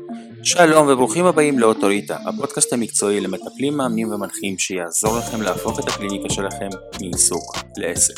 שלום וברוכים הבאים לאוטוריטה, הפודקאסט המקצועי למטפלים, מאמנים ומנחים שיעזור לכם להפוך את הקליניקה שלכם מעיסוק לעסק.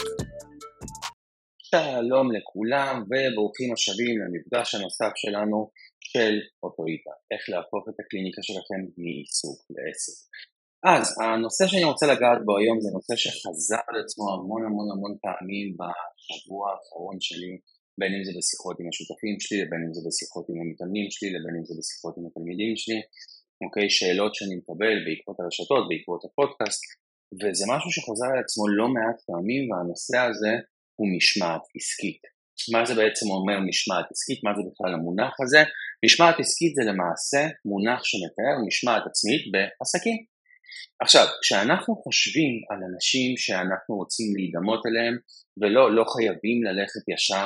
שלום לכולם וברוכים השבים למפגש הנוסף שלנו של אוטוריטה, איך להפוך את הקליניקה שלכם מעיסוק לעסק. אז הנושא שאני רוצה לגעת בו היום זה נושא שחזר על עצמו המון פעמים בשבוע האחרון שלי, בין אם זה בשיחות עם השותפים שלי, בין אם זה בשיחות עם המתאמנים שלי, לבין אם זה בשיחות עם התלמידים שלי, אוקיי, שאלות שאני מקבל בעקבות הרשתות, בעקבות הפודקאסט, וזה משהו שחוזר על עצמו לא מעט פעמים, והנושא הזה הוא משמעת עסקית. מה זה בעצם אומר משמעת עסקית? מה זה בכלל המונח הזה? משמעת עסקית זה למעשה מונח שמתאר משמעת עצמית בעסקים. עכשיו, כשאנחנו חושבים על אנשים שאנחנו רוצים להידמות אליהם, ולא חייבים ללכת ישר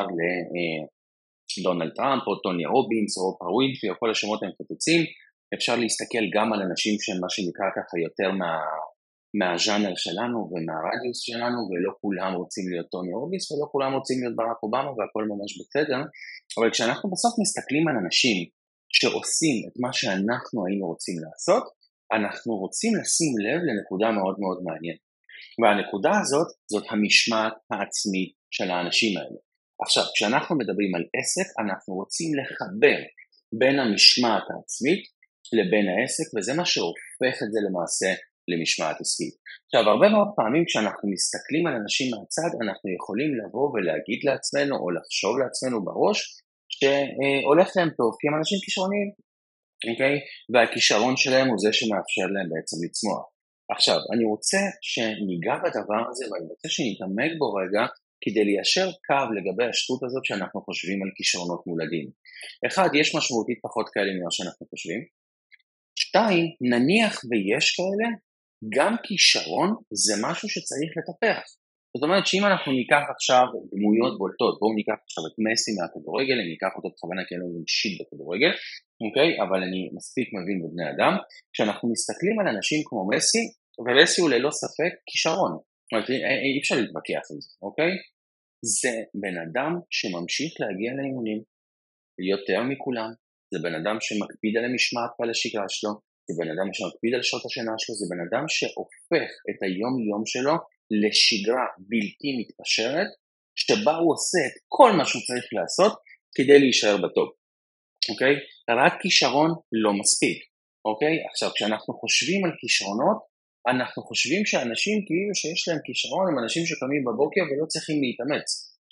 לדונלד טראמפ, או טוני רובינס, או אופרה ווינפרי, או כל השמות המפוצצים, אפשר להסתכל גם על אנשים שהם מה שנקרא ככה יותר מהז'אנר שלנו ומהרדיוס שלנו, ולא כולם רוצים להיות טוני רובינס, ולא כולם רוצים להיות ברק אובמה, והכל ממש בסדר. אבל כשאנחנו בסוף מסתכלים על אנשים שעושים את מה שאנחנו היינו רוצים לעשות, אנחנו רוצים לשים לב לנקודה מאוד מעניינת. והנקודה הזאת, זאת המשמעת העצמית של האנשים האלה. עכשיו, כשאנחנו מדברים על עסק, אנחנו רוצים לחבר בין המשמעת העצמית לבין העסק, וזה מה שהופך את זה למעשה למשמעת עסקית. עכשיו, הרבה מאוד פעמים כשאנחנו מסתכלים על אנשים מהצד, אנחנו יכולים לבוא ולהגיד לעצמנו, או לחשוב לעצמנו בראש, שהולך להם טוב, כי הם אנשים כישרוניים. אוקיי? והכישרון שלהם הוא זה שמאפשר להם בעצם לצמוח. עכשיו, אני רוצה שניגע בדבר הזה, ואני רוצה שנתעמק בו רגע, כדי ליישר קו לגבי השטות הזאת שאנחנו חושבים על כישרונות מולדים. אחד, יש משמעותית פחות כאלה ממה שאנחנו חושבים. שתיים, נניח ויש כאלה, גם כישרון זה משהו שצריך לטפח. זאת אומרת שאם אנחנו ניקח עכשיו דמויות בולטות, בואו ניקח עכשיו את מסי מהכדורגל, אני אקח אותו בכוונה כי אין לנו שיט בכדורגל, אוקיי? אבל אני מספיק מבין בבני אדם, כשאנחנו מסתכלים על אנשים כמו מסי, ומסי הוא ללא ספק כישרון, זאת אומרת, אי אפשר להתווכח על זה, אוקיי? זה בן אדם שממשיך להגיע לאימונים, יותר מכולם, זה בן אדם שמקפיד על המשמעת ועל השגרה שלו, זה בן אדם שמקפיד על שעות השינה שלו, זה בן אדם שהופך את היום-יום שלו לשגרה בלתי מתפשרת, שבה הוא עושה את כל מה שהוא צריך לעשות כדי להישאר בטוב. אוקיי? רק כישרון לא מספיק. אוקיי? עכשיו, כשאנחנו חושבים על כישרונות, אנחנו חושבים שאנשים כאילו שיש להם כישרון הם אנשים שקמים בבוקר ולא צריכים להתאמץ.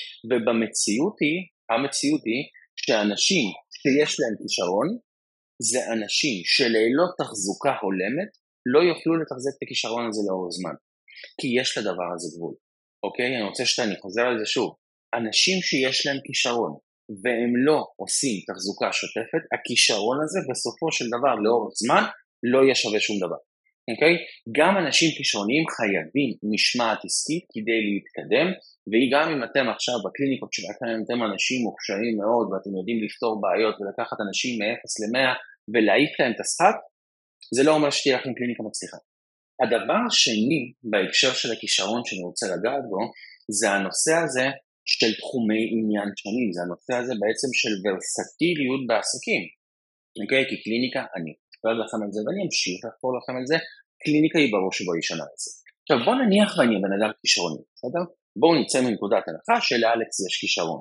המציאות היא שאנשים שיש להם כישרון, זה אנשים שללא תחזוקה הולמת, לא יוכלו לתחזק את הכישרון הזה לאור זמן. כי יש לדבר הזה גבול. אוקיי? אני רוצה שאני חוזר על זה שוב. אנשים שיש להם כישרון, והם לא עושים תחזוקה שוטפת, הכישרון הזה בסופו של דבר לאורך זמן לא יהיה שווה שום דבר. אוקיי? גם אנשים כישרוניים חייבים משמעת עסקית כדי להתקדם, וגם אם אתם עכשיו בקליניקות שלכם, אתם אנשים מוכשרים מאוד, ואתם יודעים לפתור בעיות ולקחת אנשים מ-0 ל-100 ולהעיף להם את השק, זה לא אומר שתהיה לכם קליניקה מצליחה. הדבר השני בהקשר של הכישרון שאני רוצה לגעת בו, זה הנושא הזה של תחומי עניין שונים, זה הנושא הזה בעצם של ורסטיליות בעסקים. אוקיי? כי קליניקה, אני אתפרד לכם על זה ואני אמשיך לחפור לכם על זה, קליניקה היא בראש ובראשונה עסק. עכשיו בוא נניח ואני בן אדם כישרוני, בסדר? בואו נצא מנקודת הנחה שלאלכס יש כישרון.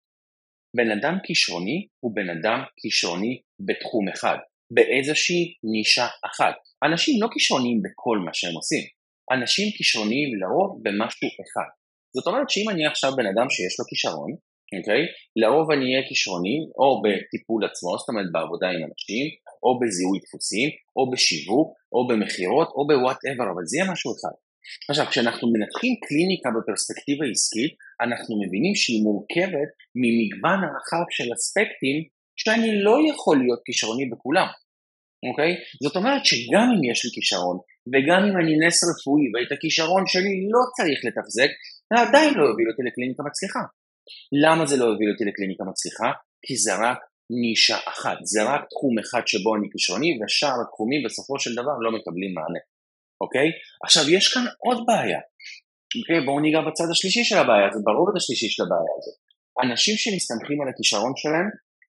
בן אדם כישרוני הוא בן אדם כישרוני בתחום אחד, באיזושהי נישה אחת. אנשים לא כישרוניים בכל מה שהם עושים, אנשים כישרוניים לרוב במשהו אחד. זאת אומרת שאם אני עכשיו בן אדם שיש לו כישרון, אוקיי? לרוב אני אהיה כישרוני או בטיפול עצמו, זאת אומרת בעבודה עם אנשים, או בזיהוי דפוסים, או בשיווק, או במחירות, או ב-whatever, אבל זה יהיה משהו אחד. עכשיו, כשאנחנו מנתחים קליניקה בפרספקטיבה עסקית, אנחנו מבינים שהיא מורכבת ממגוון הרחב של אספקטים שאני לא יכול להיות כישרוני בכולם. אוקיי? זאת אומרת שגם אם יש לי כישרון, וגם אם אני נס רפואי, ואת הכישרון שלי לא צריך לתחזק, זה עדיין לא יוביל אותי לקליניקה מצליחה. למה זה לא יוביל אותי לקליניקה מצליחה? כי זה רק נישה אחת, זה רק תחום אחד שבו אני כישרוני, ושאר התחומים בסופו של דבר לא מקבלים מענה. אוקיי? עכשיו יש כאן עוד בעיה. אוקיי? בואו ניגע בצד השלישי של הבעיה, זה ברובד השלישי של הבעיה הזאת. אנשים שמסתמכים על הכישרון שלהם,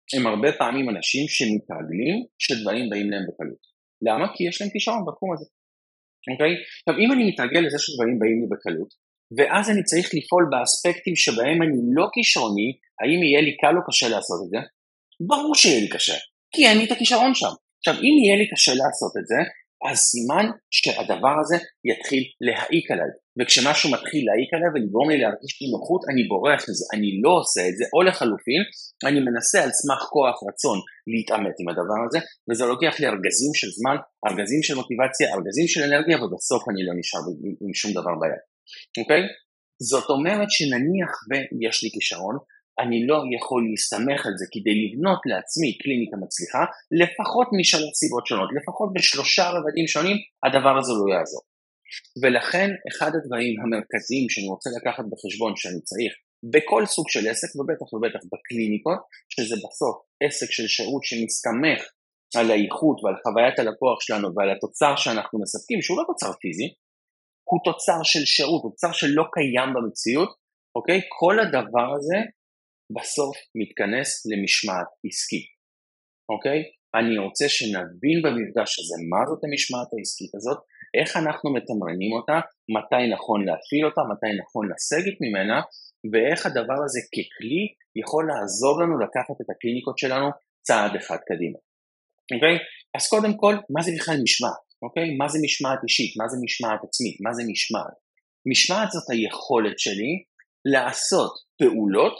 הם הרבה פעמים אנשים שמתרגלים שדברים באים להם בקלות. למה? כי יש להם כישרון בתחום הזה. אוקיי? עכשיו, אם אני מתרגל לזה שדברים באים לי בקלות, ואז אני צריך לפעול באספקטים שבהם אני לא כישרוני, האם יהיה לי קל או קשה לעשות את זה? ברור שיהיה לי קשה, כי אין לי את הכישרון שם. עכשיו, אם יהיה לי קשה לעשות את זה, אז סימן שהדבר הזה יתחיל להעיק עליי. וכשמשהו מתחיל להעיק עליי ולגרום לי להרגיש נוחות, אני בורח לזה, אני לא עושה את זה, או לחלופין, אני מנסה על סמך כוח רצון להתעמת עם הדבר הזה, וזה לוקח לי ארגזים של זמן, ארגזים של מוטיבציה, ארגזים של אנרגיה, ובסוף אני לא נשאר עם שום דבר ביד. אוקיי? זאת אומרת שנניח ויש לי כישרון, אני לא יכול להסתמך על זה כדי לבנות לעצמי קליניקה מצליחה, לפחות משלוש סיבות שונות, לפחות בשלושה רבדים שונים, הדבר הזה לא יעזור. ולכן אחד הדברים המרכזיים שאני רוצה לקחת בחשבון שאני צריך בכל סוג של עסק, ובטח ובטח בקליניקות, שזה בסוף עסק של שירות שמסתמך על האיכות ועל חוויית הלקוח שלנו ועל התוצר שאנחנו מספקים, שהוא לא תוצר פיזי, הוא תוצר של שירות, תוצר שלא קיים במציאות, אוקיי? כל הדבר הזה בסוף מתכנס למשמעת עסקית, אוקיי? אני רוצה שנבין במפגש הזה מה זאת המשמעת העסקית הזאת, איך אנחנו מתמרנים אותה, מתי נכון להפעיל אותה, מתי נכון לסגת ממנה, ואיך הדבר הזה ככלי יכול לעזור לנו לקחת את הקליניקות שלנו צעד אחד קדימה. אוקיי? אז קודם כל, מה זה בכלל משמעת? אוקיי? מה זה משמעת אישית? מה זה משמעת עצמית? מה זה משמעת? משמעת זאת היכולת שלי לעשות פעולות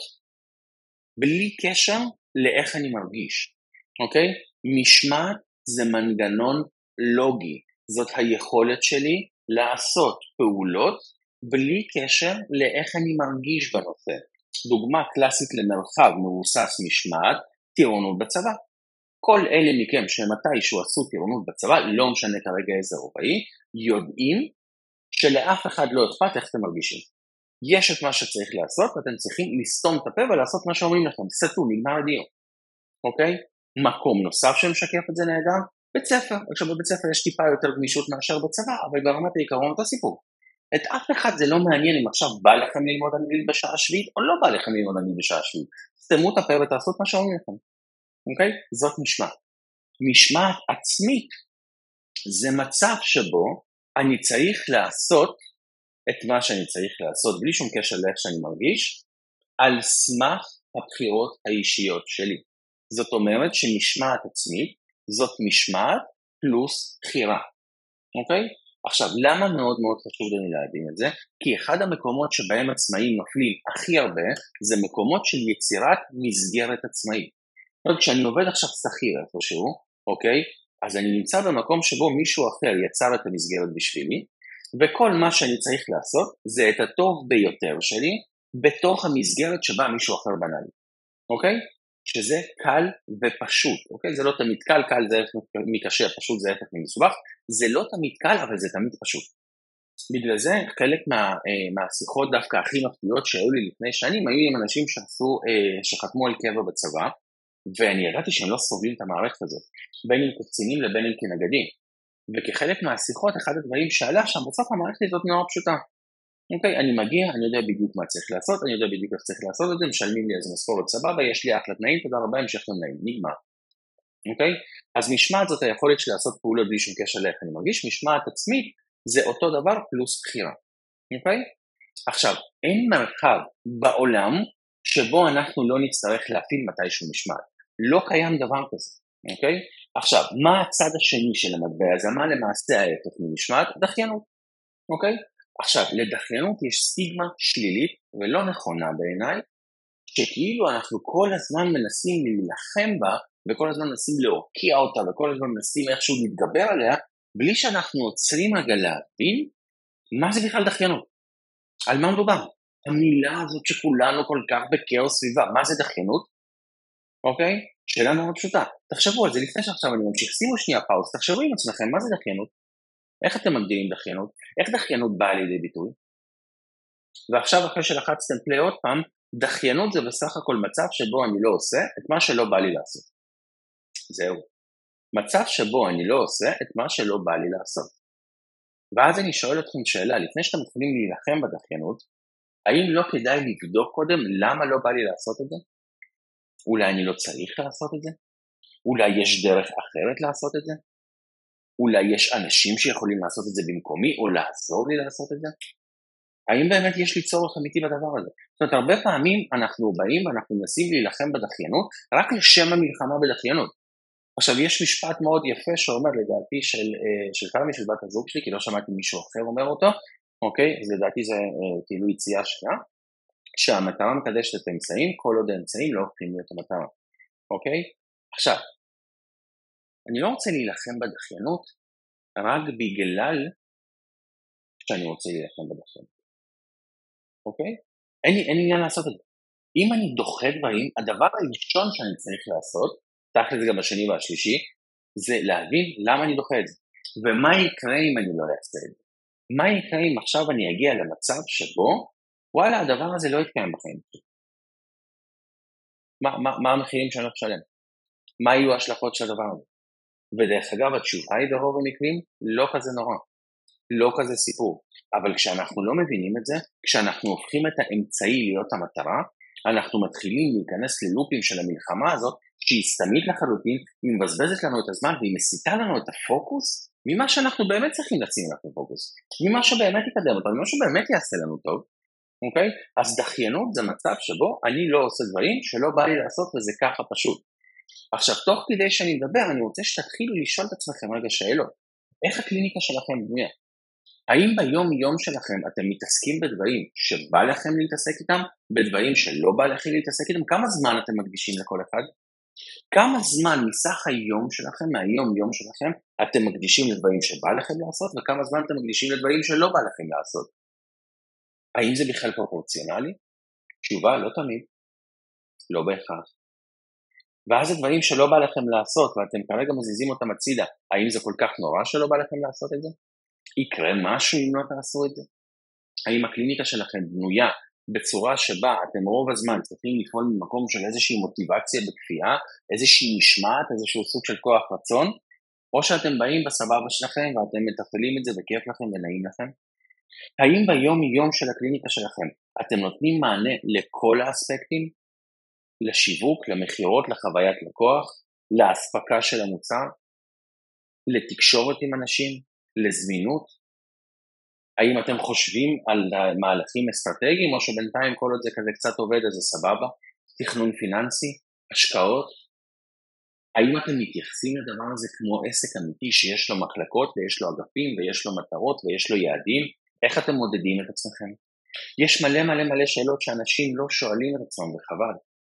בלי קשר לאיך אני מרגיש. אוקיי? משמעת זה מנגנון לוגי. זאת היכולת שלי לעשות פעולות בלי קשר לאיך אני מרגיש בנושא. דוגמה קלאסית למרחב מבוסס משמעת, טירונות בצבא. כל אלה מכם שמתישהו עשו טירונות בצבא, לא משנה כרגע איזה רובעי, יודעים שלאף אחד לא אכפת איך אתם מרגישים. יש את מה שצריך לעשות, ואתם צריכים לסתום את הפה ולעשות מה שאומרים לכם. סתו, נגמר הדיון. אוקיי? מקום נוסף שמשקף את זה נהדר, בית ספר. עכשיו בבית ספר יש טיפה יותר גמישות מאשר בצבא, אבל ברמת העיקרון אותו סיפור. את אף אחד זה לא מעניין אם עכשיו בא לכם ללמוד אנגלית בשעה שביעית, או לא בא לכם ללמוד אנגלית בשעה שביעית. סתמו את הפה ותעשו את מה שאומרים לכם. אוקיי? זאת משמעת. משמעת עצמית זה מצב שבו אני צריך לעשות את מה שאני צריך לעשות, בלי שום קשר לאיך שאני מרגיש, על סמך הבחירות האישיות שלי. זאת אומרת שמשמעת עצמית זאת משמעת פלוס בחירה. אוקיי? עכשיו, למה מאוד מאוד חשוב לי להבין את זה? כי אחד המקומות שבהם עצמאים נופלים הכי הרבה, זה מקומות של יצירת מסגרת עצמאית. כשאני עובד עכשיו שכיר איפשהו, אוקיי? אז אני נמצא במקום שבו מישהו אחר יצר את המסגרת בשבילי, וכל מה שאני צריך לעשות זה את הטוב ביותר שלי, בתוך המסגרת שבה מישהו אחר בנה לי. אוקיי? שזה קל ופשוט, אוקיי? זה לא תמיד קל, קל זה איך מקשה, פשוט זה איך מסובך, זה לא תמיד קל, אבל זה תמיד פשוט. בגלל זה חלק מהשיחות דווקא הכי מפתיעות שהיו לי לפני שנים, היו עם אנשים שחתמו על קבע בצבא, ואני ידעתי שהם לא סובלים את המערכת הזאת, בין אם קצינים לבין אם כנגדים. וכחלק מהשיחות, אחד הדברים שעלה שם, בסוף המערכת הזאת נורא פשוטה. אוקיי, אני מגיע, אני יודע בדיוק מה צריך לעשות, אני יודע בדיוק איך צריך לעשות את זה, משלמים לי איזה משכורת סבבה, יש לי אחלה תנאים, תודה רבה, המשך תנאים, נגמר. אוקיי? אז משמעת זאת היכולת שלי לעשות פעולות בלי שום קשר לאיך אני מרגיש, משמעת עצמית זה אותו דבר פלוס בחירה. אוקיי? עכשיו, אין מרחב בעולם שבו אנחנו לא נצטרך להפעיל מתישהו משמעת. לא קיים דבר כזה. אוקיי? עכשיו, מה הצד השני של המטבע הזה? מה למעשה ההפך ממשמעת? דחיינות. אוקיי? עכשיו, לדחיינות יש סטיגמה שלילית ולא נכונה בעיניי, שכאילו אנחנו כל הזמן מנסים להילחם בה, וכל הזמן מנסים להוקיע אותה, וכל הזמן מנסים איכשהו להתגבר עליה, בלי שאנחנו עוצרים רגע להבין מה זה בכלל דחיינות. על מה מדובר? המילה הזאת שכולנו כל כך בכאוס סביבה, מה זה דחיינות? אוקיי? שאלה מאוד פשוטה. תחשבו על זה לפני שעכשיו אני ממשיך, שימו שנייה פאוס, תחשבו עם עצמכם, מה זה דחיינות? איך אתם מגדירים דחיינות? איך דחיינות באה לידי ביטוי? ועכשיו אחרי שלחצתם פליי עוד פעם, דחיינות זה בסך הכל מצב שבו אני לא עושה את מה שלא בא לי לעשות. זהו. מצב שבו אני לא עושה את מה שלא בא לי לעשות. ואז אני שואל אתכם שאלה, לפני שאתם מתחילים להילחם בדחיינות, האם לא כדאי לבדוק קודם למה לא בא לי לעשות את זה? אולי אני לא צריך לעשות את זה? אולי יש דרך אחרת לעשות את זה? אולי יש אנשים שיכולים לעשות את זה במקומי, או לעזור לי לעשות את זה? האם באמת יש לי צורך אמיתי בדבר הזה? זאת אומרת, הרבה פעמים אנחנו באים ואנחנו מנסים להילחם בדחיינות, רק לשם המלחמה בדחיינות. עכשיו, יש משפט מאוד יפה שאומר, לדעתי, של כרמי, של בת הזוג שלי, כי לא שמעתי מישהו אחר אומר אותו, אוקיי? אז לדעתי זה כאילו יציאה שלה, שהמטרה מקדשת את האמצעים, כל עוד האמצעים לא הופכים להיות המטרה, אוקיי? עכשיו, אני לא רוצה להילחם בדחיינות, רק בגלל שאני רוצה להילחם בדחיינות, אוקיי? אין לי עניין לעשות את זה. אם אני דוחה דברים, הדבר הראשון שאני צריך לעשות, תכל'ס גם השני והשלישי, זה להבין למה אני דוחה את זה. ומה יקרה אם אני לא אעשה את זה? מה יקרה אם עכשיו אני אגיע למצב שבו, וואלה, הדבר הזה לא יתקיים בחיים. מה המחירים שאני לא משלם? מה יהיו ההשלכות של הדבר הזה? ודרך אגב, התשובה היא ברוב המקרים לא כזה נורא, לא כזה סיפור. אבל כשאנחנו לא מבינים את זה, כשאנחנו הופכים את האמצעי להיות המטרה, אנחנו מתחילים להיכנס ללופים של המלחמה הזאת, שהיא סתמית לחלוטין, היא מבזבזת לנו את הזמן, והיא מסיטה לנו את הפוקוס, ממה שאנחנו באמת צריכים לשים לנו פוקוס, ממה שבאמת יקדם אותנו, ממה שבאמת יעשה לנו טוב, אוקיי? אז דחיינות זה מצב שבו אני לא עושה דברים שלא בא לי לעשות, וזה ככה פשוט. עכשיו, תוך כדי שאני מדבר, אני רוצה שתתחילו לשאול את עצמכם רגע שאלות. איך הקליניקה שלכם בנויה? האם ביום יום שלכם אתם מתעסקים בדברים שבא לכם להתעסק איתם, בדברים שלא בא לכם להתעסק איתם? כמה זמן אתם מקדישים לכל אחד? כמה זמן מסך היום שלכם, מהיום יום שלכם, אתם מקדישים לדברים שבא לכם לעשות, וכמה זמן אתם מקדישים לדברים שלא בא לכם לעשות? האם זה בכלל פרופורציונלי? תשובה, לא תמיד. לא בהכרח. ואז הדברים שלא בא לכם לעשות, ואתם כרגע מזיזים אותם הצידה, האם זה כל כך נורא שלא בא לכם לעשות את זה? יקרה משהו אם לא תעשו את זה? האם הקליניקה שלכם בנויה בצורה שבה אתם רוב הזמן צריכים לפעול ממקום של איזושהי מוטיבציה בכפייה, איזושהי משמעת, איזשהו סוג של כוח רצון, או שאתם באים בסבבה שלכם ואתם מטפלים את זה וכיף לכם ונעים לכם? האם ביום יום של הקליניקה שלכם אתם נותנים מענה לכל האספקטים? לשיווק, למחירות, לחוויית לקוח, להספקה של המוצר, לתקשורת עם אנשים, לזמינות? האם אתם חושבים על מהלכים אסטרטגיים, או שבינתיים כל עוד זה כזה קצת עובד, אז זה סבבה? תכנון פיננסי, השקעות? האם אתם מתייחסים לדבר הזה כמו עסק אמיתי שיש לו מחלקות ויש לו אגפים ויש לו מטרות ויש לו יעדים? איך אתם מודדים את עצמכם? יש מלא מלא מלא שאלות שאנשים לא שואלים את עצמם, וחבל.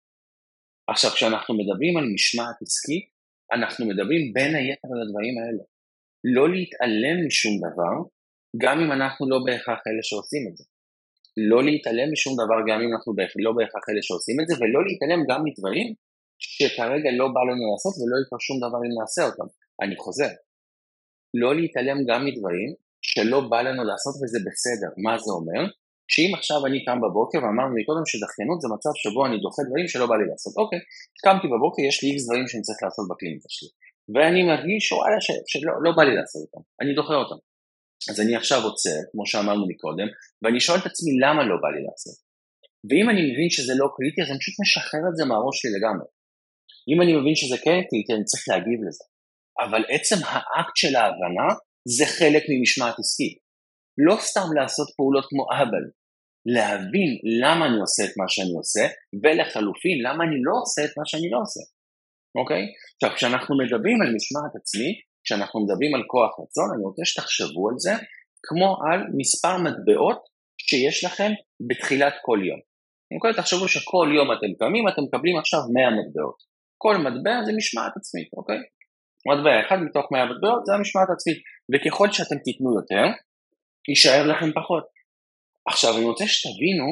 עכשיו, כשאנחנו מדברים על משמעת עסקית, אנחנו מדברים בין היתר על הדברים האלה. לא להתעלם משום דבר, גם אם אנחנו לא בהכרח אלה שעושים את זה. לא להתעלם משום דבר, גם אם אנחנו לא בהכרח אלה שעושים את זה, ולא להתעלם גם מדברים שכרגע לא בא לנו לעשות, ולא יקרה שום דבר אם נעשה אותם. אני חוזר. לא להתעלם גם מדברים שלא בא לנו לעשות, וזה בסדר. מה זה אומר? שאם עכשיו אני קם בבוקר, ואמרנו לי קודם שדחיינות זה מצב שבו אני דוחה דברים שלא בא לי לעשות. אוקיי, קמתי בבוקר, יש לי X דברים שאני צריך לעשות בקליניקה שלי. ואני מרגיש וואלה שלא בא לי לעשות אותם. אני דוחה אותם. אז אני עכשיו עוצר, כמו שאמרנו מקודם, ואני שואל את עצמי למה לא בא לי לעשות. ואם אני מבין שזה לא קריטי, אז אני פשוט משחרר את זה מהראש שלי לגמרי. אם אני מבין שזה קריטי, אני צריך להגיב לזה. אבל עצם האקט של ההבנה, זה חלק ממשמעת עסקית. לא סתם לעשות פעולות כמו אבל, להבין למה אני עושה את מה שאני עושה, ולחלופין למה אני לא עושה את מה שאני לא עושה. אוקיי? עכשיו, כשאנחנו מדברים על משמעת עצמית, כשאנחנו מדברים על כוח רצון, אני רוצה שתחשבו על זה, כמו על מספר מטבעות שיש לכם בתחילת כל יום. אוקיי? תחשבו שכל יום אתם קמים, אתם מקבלים עכשיו 100 מטבעות. כל מטבע זה משמעת עצמית, אוקיי? מטבע אחד מתוך 100 מטבעות זה המשמעת עצמית, וככל שאתם תיתנו יותר, יישאר לכם פחות. עכשיו, אני רוצה שתבינו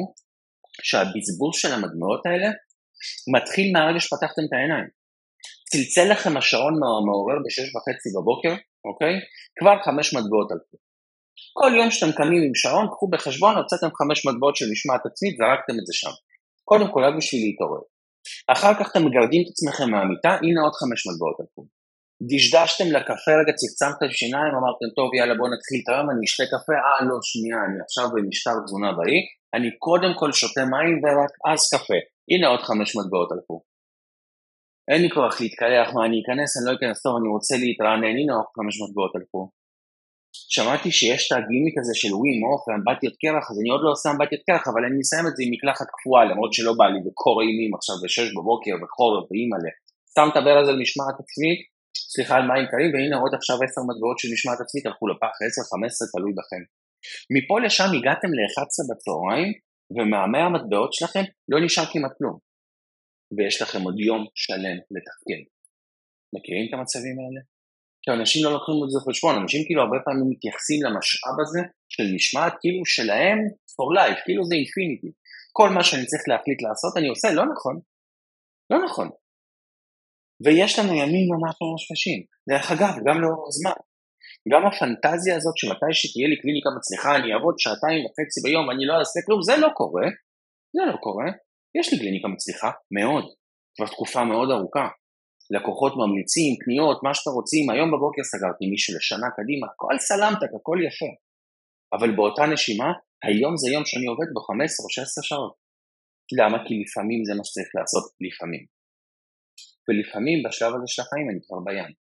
שהבזבוז של המטבעות האלה מתחיל מהרגע שפתחתם את העיניים. צלצל לכם השעון מעורר ב-6:30 בבוקר, אוקיי? כבר 5 מטבעות על זה. כל יום שאתם קמים עם שעון, קחו בחשבון, הוצאתם 5 מטבעות של משמעת עצמית, זרקתם את זה שם. קודם כל, רק בשביל להתעורר. אחר כך אתם מגרדים את עצמכם מהמיטה, הנה עוד 5 מטבעות על זה. דשדשתם לקפה, רגע צקצמתם שיניים, אמרתם, טוב, יאללה, בוא נתחיל את היום, אני אשתה קפה, לא, שנייה, אני עכשיו במשטר תזונה בריא, אני קודם כל שותה מים ורק אז קפה. הנה עוד 5 מטבעות על זה. אין לי כוח להתקלח, מה אני אכנס, אני לא אכנס, טוב, אני רוצה להתרענן, הנה עוד 5 מטבעות על פה. שמעתי שיש את הגימיק הזה של ווים אוף ואמבטיות קרח, אז אני עוד לא עושה אמבטיות קרח, אבל אני מסיים את זה עם מקלחת קפואה, למרות שלא בא לי בקור אימים עכשיו ב6 בבוקר וחורף ואימא'לה. סתם תבר על זה למשמעת עצמית, סליחה על מים קרים, והנה עוד עכשיו 10 מטבעות של משמעת עצמית הלכו לפח, 10-15 תלוי בכם. מפה לשם הגעתם ל-11 בצהריים, ומה100 המטבעות שלכם לא נשאר כמעט כלום. ויש לכם עוד יום שלם לתפקד. מכירים את המצבים האלה? כי אנשים לא לוקחים את זה חשבון, אנשים כאילו הרבה פעמים מתייחסים למשאב הזה של משמעת, כאילו שלהם for life, כאילו זה infinity. כל מה שאני צריך להחליט לעשות אני עושה, לא נכון. לא נכון. ויש לנו ימים ממש ממש קשים. דרך אגב, גם לאור הזמן. גם הפנטזיה הזאת שמתי שתהיה לי קליניקה מצליחה, אני אעבוד 2.5 ביום, אני לא אעשה כלום, זה לא קורה. זה לא קורה. יש לי קליניקה מצליחה, מאוד. כבר תקופה מאוד ארוכה. לקוחות ממליצים, פניות, מה שאתה רוצים, היום בבוקר סגרתי מישהו לשנה קדימה, הכל סלמתק, הכל יפה. אבל באותה נשימה, היום זה יום שאני עובד בו 15 או 16 שעות. למה? כי לפעמים זה מה שצריך לעשות, לפעמים. ולפעמים בשלב הזה של החיים אני כבר בים.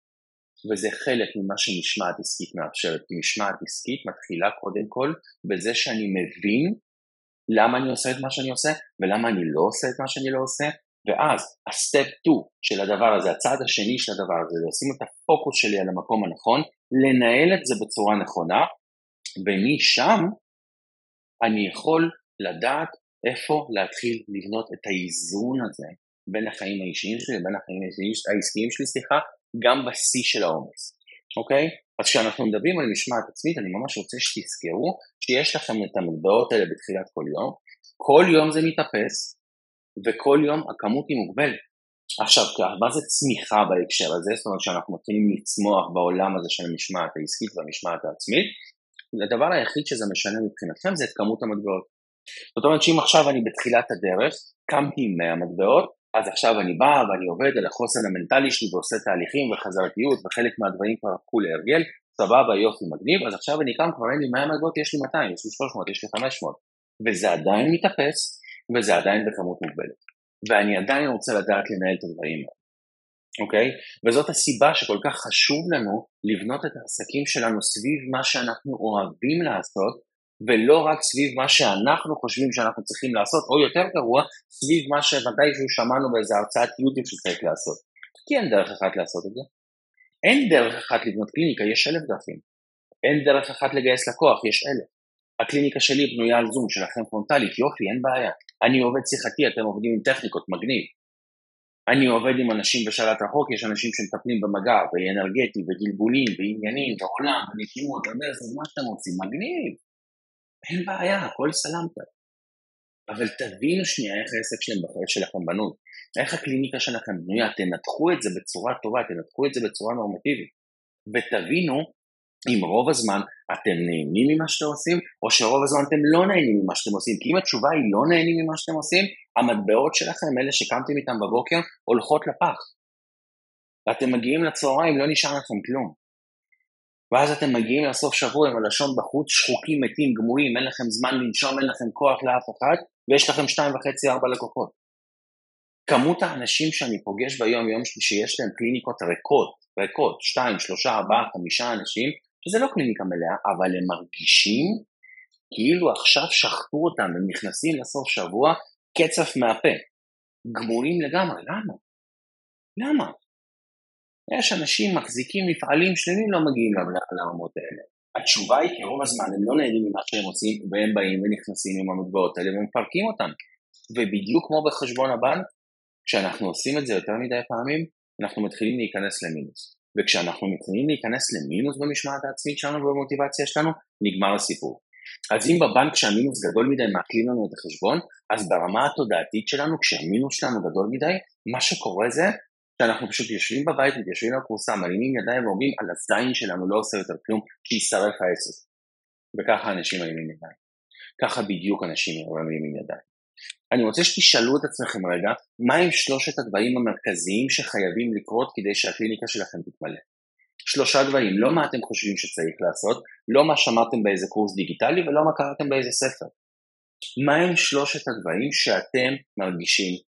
וזה חלק ממה שמשמעת עסקית מאפשרת. משמעת עסקית מתחילה קודם כל בזה שאני מבין למה אני עושה את מה שאני עושה, ולמה אני לא עושה את מה שאני לא עושה, ואז הסטפ 2 של הדבר הזה, הצעד השני של הדבר הזה, לשים את הפוקוס שלי על המקום הנכון, לנהל את זה בצורה נכונה, ומשם אני יכול לדעת איפה להתחיל לבנות את האיזון הזה, בין החיים האישיים שלי, בין החיים העסקיים שלי, גם בשיא של העומס, אוקיי? אז כשאנחנו מדברים על משמעת עצמית, אני ממש רוצה שתזכרו שיש לכם את המטבעות האלה בתחילת כל יום זה מתאפס, וכל יום הכמות היא מוגבלת. עכשיו, מה זה צמיחה בהקשר הזה? זאת אומרת שאנחנו מתחילים לצמוח בעולם הזה של המשמעת העסקית והמשמעת העצמית, הדבר היחיד שזה משנה מבחינתכם זה את כמות המטבעות. זאת אומרת שאם עכשיו אני בתחילת הדרך, קמתי עם 100 מטבעות, אז עכשיו אני בא ואני עובד על החוסן המנטלי שלי ועושה תהליכים וחזרתיות וחלק מהדברים כבר הפכו להרגל, סבבה, יופי, מגניב, אז עכשיו אני קם, כבר אין לי 100 מטבעות, יש לי 200, יש לי 300, יש לי 500, וזה עדיין מתאפס, וזה עדיין בכמות מוגבלת. ואני עדיין רוצה לדעת לנהל את הדברים האלה. אוקיי? וזאת הסיבה שכל כך חשוב לנו לבנות את העסקים שלנו סביב מה שאנחנו אוהבים לעשות, ולא רק סביב מה שאנחנו חושבים שאנחנו צריכים לעשות, או יותר גרוע, סביב מה שמתישהו שמענו באיזו הרצאת יוטיוב שצריך לעשות. כי אין דרך אחת לעשות את זה. אין דרך אחת לבנות קליניקה, יש 1,000 דרכים. אין דרך אחת לגייס לקוח, יש 1,000. הקליניקה שלי בנויה על זום, שלכם פרונטלית, יופי, אין בעיה. אני עובד שיחתי, אתם עובדים עם טכניקות, מגניב. אני עובד עם אנשים בשלט רחוק, יש אנשים שמטפלים במגע, ואנרגטי, וגלגולים, ועניינים, ועולם, ונשימות, מה שאתם רוצים, מגניב. אין בעיה, הכל סלמתא. אבל תבינו שנייה איך העסק שלכם בנוי, איך הקליניקה שלכם בנויה, תנתחו את זה בצורה טובה, תנתחו את זה בצורה נורמטיבית, ותבינו אם רוב הזמן אתם נהנים ממה שאתם עושים, או שרוב הזמן אתם לא נהנים ממה שאתם עושים, כי אם התשובה היא לא נהנים ממה שאתם עושים, המטבעות שלכם, אלה שקמתם איתם בבוקר, הולכות לפח. ואתם מגיעים לצהריים, לא נשאר לכם כלום. ואז אתם מגיעים לסוף שבוע עם הלשון בחוץ, שחוקים, מתים, גמורים, אין לכם זמן לנשום, אין לכם כוח לאף אחד, ויש לכם 2.5-4 לקוחות. כמות האנשים שאני פוגש ביום יום שלי שיש להם קליניקות ריקות, 2, 3, 4, 5 אנשים, שזה לא קליניקה מלאה, אבל הם מרגישים כאילו עכשיו שחטו אותם, הם נכנסים לסוף שבוע, קצף מהפה, גמורים לגמרי, למה? למה? יש אנשים מחזיקים מפעלים שלמים לא מגיעים לעמות האלה. התשובה היא כי רוב הזמן הם לא נהנים ממה שהם עושים, והם באים ונכנסים עם המטבעות האלה ומפרקים אותם. ובדיוק כמו בחשבון הבנק, כשאנחנו עושים את זה יותר מדי פעמים, אנחנו מתחילים להיכנס למינוס. וכשאנחנו מתחילים להיכנס למינוס במשמעת העצמית שלנו ובמוטיבציה שלנו, נגמר הסיפור. אז אם בבנק כשהמינוס גדול מדי מעקלים לנו את החשבון, אז ברמה התודעתית שלנו, כשהמינוס שלנו גדול מדי, מה שקורה זה שאנחנו פשוט יושבים בבית, יושבים על קורסה, מרימים ידיים ואומרים על הזין שלנו לא עושה יותר כלום, שישרף העסק. וככה אנשים מרימים ידיים. ככה בדיוק אנשים מרימים ידיים. אני רוצה שתשאלו את עצמכם רגע, מה הם 3 הדברים המרכזיים שחייבים לקרות כדי שהקליניקה שלכם תתמלא? 3 דברים, לא מה אתם חושבים שצריך לעשות, לא מה שמעתם באיזה קורס דיגיטלי ולא מה קראתם באיזה ספר. מה הם 3 הדברים שאתם מרגישים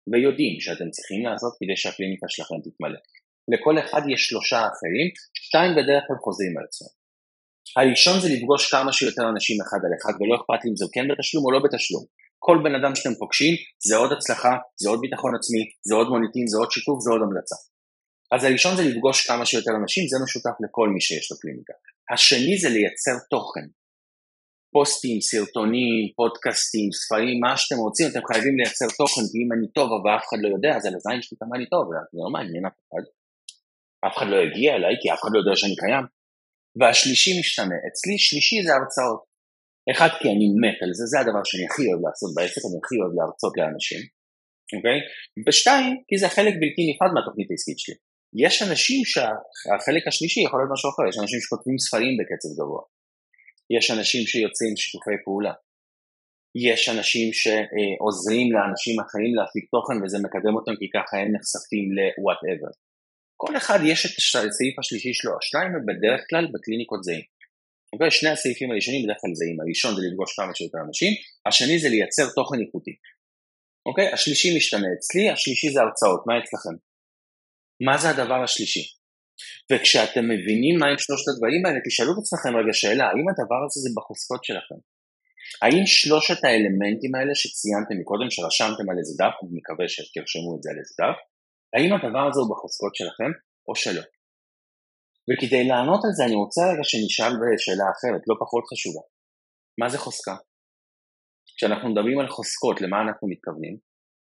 ויודעים שאתם צריכים לעשות כדי שהקליניקה שלכם תתמלא. לכל אחד יש 3 אחרים, 2 בדרך כלל חוזרים על עצמם. הראשון זה לפגוש כמה שיותר אנשים אחד על אחד, ולא אכפת לי אם זה כן בתשלום או לא בתשלום. כל בן אדם שאתם פוגשים, זה עוד הצלחה, זה עוד ביטחון עצמי, זה עוד מוניטין, זה עוד שיתוף, זה עוד המלצה. אז הראשון זה לפגוש כמה שיותר אנשים, זה משותף לכל מי שיש לו קליניקה. השני זה לייצר תוכן. פוסטים, סרטונים, פודקאסטים, ספרים, מה שאתם רוצים, אתם חייבים לייצר תוכן, כי אם אני טוב ואף אחד לא יודע, אז על הזין שלי כמה אני טוב, זה לא מעניין אף אחד. אף אחד לא הגיע אליי, כי אף אחד לא יודע שאני קיים. והשלישי משתנה, אצלי שלישי זה הרצאות. אחד, כי אני מת על זה, זה הדבר שאני הכי אוהב לעשות בעסק, אני הכי אוהב להרצות לאנשים, אוקיי? ושתיים, כי זה חלק בלתי נפרד מהתוכנית העסקית שלי. יש אנשים שהחלק השלישי יכול להיות משהו אחר, יש אנשים שכותבים ספרים בקצב גבוה, יש אנשים שיוצאים שיתופי פעולה, יש אנשים שעוזרים לאנשים אחרים להפיק תוכן וזה מקדם אותם כי ככה הם נחשפים ל-whatever. כל אחד יש את הסעיף השלישי שלו, השניים הם בדרך כלל בקליניקות זהים. אוקיי, שני הסעיפים הראשונים בדרך כלל זהים, הראשון זה לפגוש כמה שיותר אנשים, השני זה לייצר תוכן איכותי. אוקיי, השלישי משתנה אצלי, השלישי זה הרצאות, מה אצלכם? מה זה הדבר השלישי? וכשאתם מבינים מה עם שלושת הדברים האלה, תשאלו את עצמכם רגע שאלה, האם הדבר הזה זה בחוזקות שלכם? האם שלושת האלמנטים האלה שציינתם מקודם, שרשמתם על איזה דף, אני מקווה שתרשמו את זה על איזה דף, האם הדבר הזה הוא בחוזקות שלכם או שלא? וכדי לענות על זה אני רוצה רגע שנשאל בשאלה אחרת, לא פחות חשובה. מה זה חוזקה? כשאנחנו מדברים על חוזקות, למה אנחנו מתכוונים?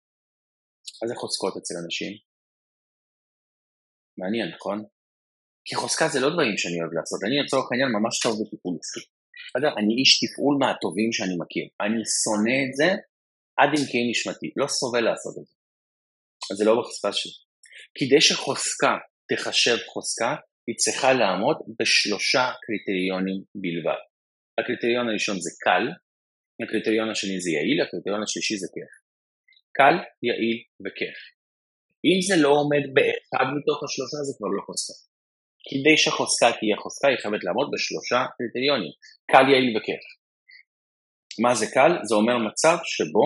מה זה חוזקות אצל אנשים? מעניין, נכון? כי חוזקה זה לא דברים שאני אוהב לעשות, אני לצורך העניין ממש טוב בטיפול עסקי. אני איש תפעול מהטובים שאני מכיר, אני שונא את זה עד עמקי נשמתי, לא סובל לעשות את זה. אז זה לא בחוזקה שלי. כדי שחוזקה תחשב חוזקה, היא צריכה לעמוד בשלושה קריטריונים בלבד. הקריטריון הראשון זה קל, הקריטריון השני זה יעיל, הקריטריון השלישי זה כיף. קל, יעיל וכיף. אם זה לא עומד באחד מתוך השלושה זה כבר לא חוזקה. כדי שחוזקה תהיה חוזקה היא חייבת לעמוד בשלושה קריטריונים, קל, יעיל וכיף. מה זה קל? זה אומר מצב שבו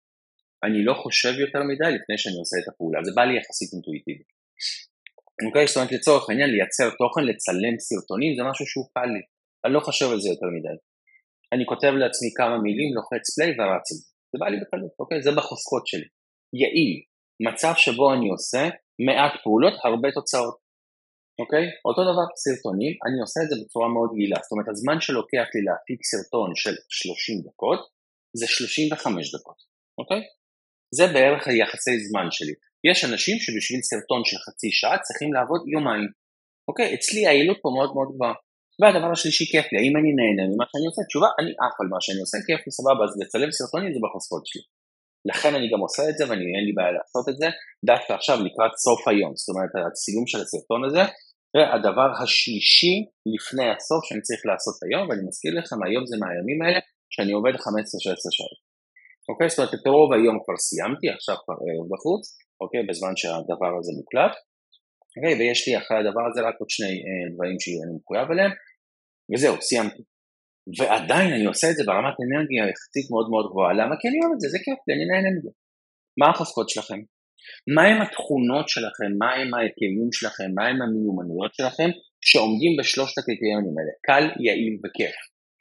אני לא חושב יותר מדי לפני שאני עושה את הפעולה, זה בא לי יחסית אינטואיטיבי. אוקיי, זאת אומרת לצורך העניין לייצר תוכן, לצלם סרטונים, זה משהו שהוא קל לי, אני לא חושב על זה יותר מדי. אני כותב לעצמי כמה מילים, לוחץ פליי ורץ את זה, זה בא לי בקלות, אוקיי, זה בחוזקות שלי. יעיל, מצב שבו אני עושה מעט פעולות, הרבה תוצאות. אוקיי, אותו דבר סרטונים, אני עושה את זה בצורה מאוד יעילה, זאת אומרת הזמן שלוקח לי להפיק סרטון של 30 דקות, זה 35 דקות, אוקיי? זה בערך היחסי זמן שלי. יש אנשים שבשביל סרטון של חצי שעה צריכים לעבוד יומיים. אוקיי, אצלי היעילות פה מאוד מאוד גבוהה. והדבר השלישי כיף לי, האם אני נהנה ממה שאני עושה? תשובה, אני אף על מה שאני עושה, כיף לי סבבה, אז לצלם סרטונים זה בחוזקות שלי. לכן אני גם עושה את זה ואני אין לי בעיה לעשות את זה, דווקא עכשיו לקראת סוף היום, זאת אומרת הסיום של הסרטון הזה, והדבר השלישי לפני הסוף שאני צריך לעשות היום, ואני מזכיר לכם, היום זה מהימים האלה שאני עובד 15-16 שעות. אוקיי, זאת אומרת, את רוב היום כבר סיימתי, עכשיו כבר בחוץ, אוקיי, בזמן שהדבר הזה מוקלט, אוקיי, ויש לי אחרי הדבר הזה רק עוד שני דברים שאני מחויב עליהם, וזהו, סיימתי. ועדיין אני עושה את זה ברמת אנרגיה יחסית מאוד מאוד גבוהה, למה? כי אני אוהב את זה, זה כיף לי, אני נהנה מזה. מה החוזקות שלכם? מה הם התכונות שלכם, מה הם הכלים שלכם, מה הם המיומנויות שלכם, שעומדים בשלושת הקריטריונים האלה, קל, יעיל וכיף.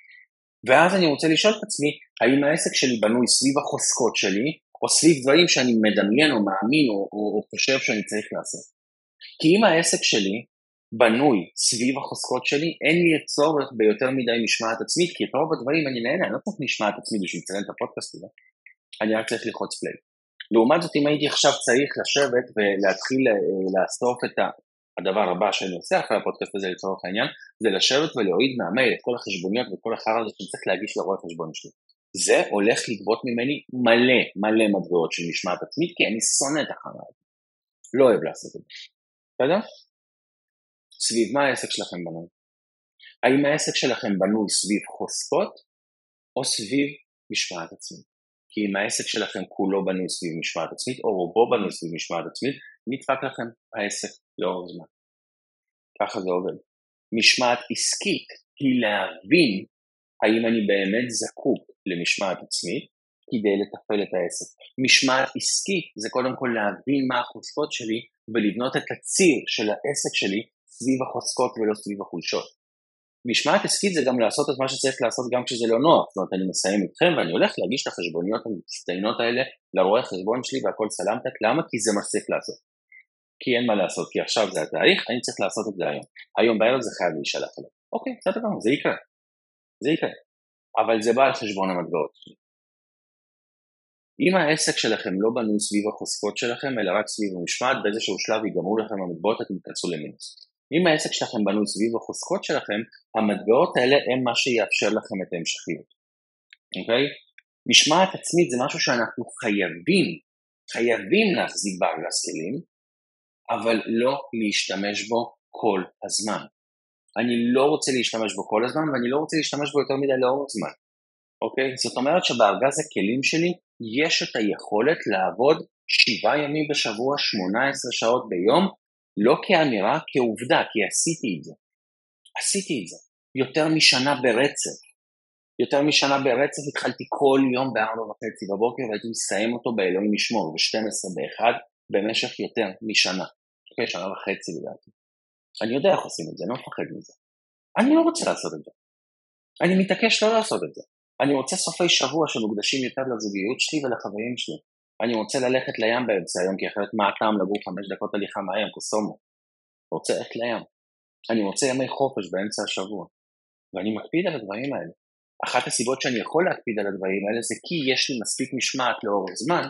ואז אני רוצה לשאול את עצמי, האם העסק שלי בנוי סביב החוזקות שלי, או סביב דברים שאני מדמיין או מאמין או חושב שאני צריך לעשות. כי אם העסק שלי בנוי סביב החוזקות שלי, אין לי צורך ביותר מדי משמעת עצמית, כי את רוב הדברים אני נהנה, אני לא צריך משמעת עצמית בשביל לציין את הפודקאסט הזה, אני רק צריך ללחוץ פליי. לעומת זאת, אם הייתי עכשיו צריך לשבת ולהתחיל לאסוף את הדבר הבא שאני עושה אחרי הפודקאסט הזה לצורך העניין, זה לשבת ולהוריד מהמייל את כל החשבוניות וכל החרא הזה שאני צריך להגיש לרואה חשבון שלי. זה הולך לגבות ממני מלא מטבעות של משמעת עצמית, כי אני שונא את החרא הזה. לא אוהב לעשות את זה. בסדר? סביב מה העסק שלכם בנוי? האם העסק שלכם בנוי סביב חוזקות או סביב משמעת עצמית? כי אם העסק שלכם כולו בנוי סביב משמעת עצמית, או רובו בנוי סביב משמעת עצמית, נדפק לכם העסק לאורך זמן. ככה זה עובד. משמעת עסקית היא להבין האם אני באמת זקוק למשמעת עצמית, כדי לתפעל את העסק. משמעת עסקית זה קודם כל להבין מה החוזקות שלי ולבנות את הציר של העסק שלי סביב החוזקות ולא סביב החולשות. משמעת עסקית זה גם לעשות את מה שצריך לעשות גם כשזה לא נוח. זאת אומרת, אני מסיים איתכם ואני הולך להגיש את החשבוניות המצטיינות האלה לרואה חשבון שלי והכל סלמתק. למה? כי זה מה שצריך לעשות. כי אין מה לעשות, כי עכשיו זה התאריך, אני צריך לעשות את זה היום. היום בערב זה חייב להישלח אליי. אוקיי, בסדר, זה יקרה. זה יקרה. אבל זה בא על חשבון המטבעות שלי. אם העסק שלכם לא בנוי סביב החוזקות שלכם, אלא רק סביב המשמעת, באיזשהו שלב ייגמרו לכם המטבעות, אתם תיכנסו למינוס. אם העסק שלכם בנוי סביב החוזקות שלכם, המטבעות האלה הם מה שיאפשר לכם את ההמשכיות. אוקיי? משמעת עצמית זה משהו שאנחנו חייבים להחזיק בארגז כלים, אבל לא להשתמש בו כל הזמן. אני לא רוצה להשתמש בו כל הזמן, ואני לא רוצה להשתמש בו יותר מדי לאורך זמן. אוקיי? זאת אומרת שבארגז הכלים שלי יש את היכולת לעבוד 7 ימים בשבוע, 18 שעות ביום, לא כאמירה, כעובדה, כי עשיתי את זה. עשיתי את זה. יותר משנה ברצף. יותר משנה ברצף התחלתי כל יום ב4:30 בבוקר, והייתי מסיים אותו באלוהים ישמור, ב12 ב1, במשך יותר משנה. אוקיי, 1.5 שנה לדעתי. אני יודע איך עושים את זה, אני לא מפחד מזה. אני לא רוצה לעשות את זה. אני מתעקש לא לעשות את זה. אני רוצה סופי שבוע שמוקדשים יותר לזוגיות שלי ולחברים שלי. אני רוצה ללכת לים באמצע היום, כי אחרת מה הטעם לגור 5 דקות הליכה מהים, קוסומו. רוצה ללכת לים. אני רוצה ימי חופש באמצע השבוע. ואני מקפיד על הדברים האלה. אחת הסיבות שאני יכול להקפיד על הדברים האלה זה כי יש לי מספיק משמעת לאורך זמן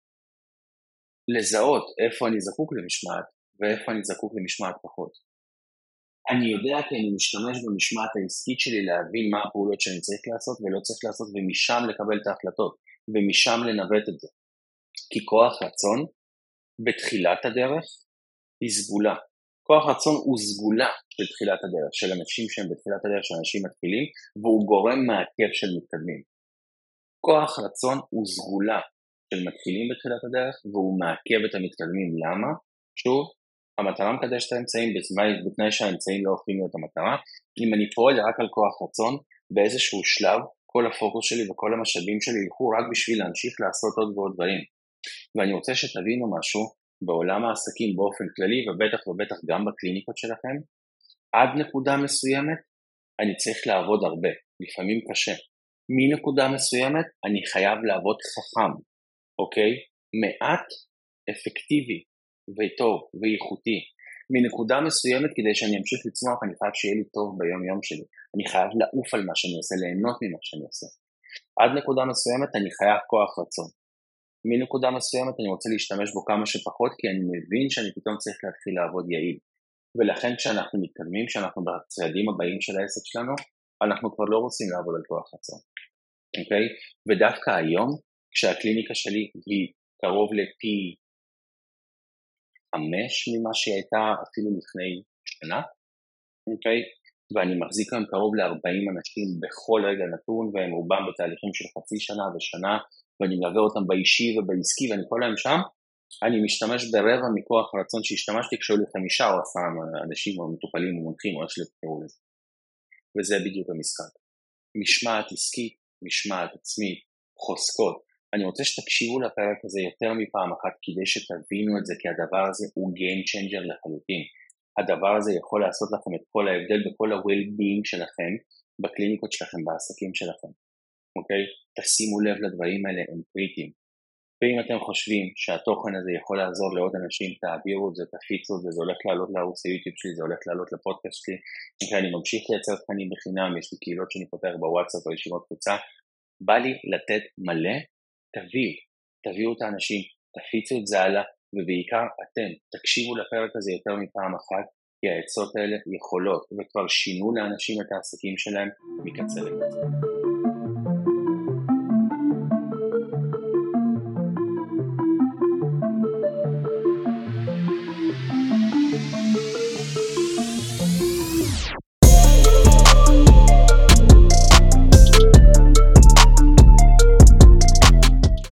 לזהות איפה אני זקוק למשמעת ואיפה אני זקוק למשמעת פחות. אני יודע כי אני משתמש במשמעת העסקית שלי להבין מה הפעולות שאני צריך לעשות ולא צריך לעשות, ומשם לקבל את ההחלטות, ומשם לנווט את זה. כי כוח רצון בתחילת הדרך היא סגולה. כוח רצון הוא סגולה בתחילת הדרך, של אנשים שהם בתחילת הדרך, של אנשים מתחילים, והוא גורם מעכב של מתקדמים. כוח רצון הוא סגולה של מתחילים בתחילת הדרך, והוא מעכב את המתקדמים. למה? שוב, המטרה מקדשת את האמצעים, בתנאי שהאמצעים לא הופכים להיות המטרה. אם אני פועל רק על כוח רצון, באיזשהו שלב, כל הפוקוס שלי וכל המשאבים שלי ילכו רק בשביל להמשיך לעשות עוד ועוד דברים. ואני רוצה שתבינו משהו, בעולם העסקים באופן כללי, ובטח גם בקליניקות שלכם, עד נקודה מסוימת, אני צריך לעבוד הרבה, לפעמים קשה. מנקודה מסוימת, אני חייב לעבוד חכם, אוקיי? מעט, אפקטיבי, וטוב, ואיכותי. מנקודה מסוימת, כדי שאני אמשיך לצמוח, אני חייב שיהיה לי טוב ביום יום שלי. אני חייב לעוף על מה שאני עושה, ליהנות ממה שאני עושה. עד נקודה מסוימת, אני חייב כוח רצון. מנקודה מסוימת אני רוצה להשתמש בו כמה שפחות, כי אני מבין שאני פתאום צריך להתחיל לעבוד יעיל. ולכן כשאנחנו מתקדמים, כשאנחנו בצעדים הבאים של העסק שלנו, אנחנו כבר לא רוצים לעבוד על כוח רצון. אוקיי? ודווקא היום, כשהקליניקה שלי היא קרוב לפי 5 ממה שהיא הייתה אפילו לפני שנה, אוקיי? ואני מחזיק היום קרוב ל40 אנשים בכל רגע נתון, והם רובם בתהליכים של חצי שנה ושנה, ואני מלווה אותם באישי ובעסקי, ואני כל היום שם, אני משתמש ברבע מכוח הרצון שהשתמשתי כשהיו לי 5 או 10 אנשים או מטופלים או מונחים או איך שתקראו לזה. וזה בדיוק המשחק. משמעת עסקית, משמעת עצמית, חוזקות. אני רוצה שתקשיבו לפרק הזה יותר מפעם אחת כדי שתבינו את זה, כי הדבר הזה הוא game changer לחלוטין. הדבר הזה יכול לעשות לכם את כל ההבדל בכל ה-well-being שלכם, בקליניקות שלכם, בעסקים שלכם. אוקיי? תשימו לב לדברים האלה, הם קריטיים. ואם אתם חושבים שהתוכן הזה יכול לעזור לעוד אנשים, תעבירו את זה, תפיצו את זה, זה הולך לעלות לערוץ היוטיוב שלי, זה הולך לעלות לפודקאסט שלי, אני ממשיך לייצר תכנים בחינם, יש לי קהילות שאני פותח בוואטסאפ או ישיבות קבוצה, בא לי לתת מלא, תביאו את האנשים, תפיצו את זה הלאה, ובעיקר אתם תקשיבו לפרק הזה יותר מפעם אחת, כי העצות האלה יכולות, וכבר שינו לאנשים את העסקים שלהם מקצה לקצה.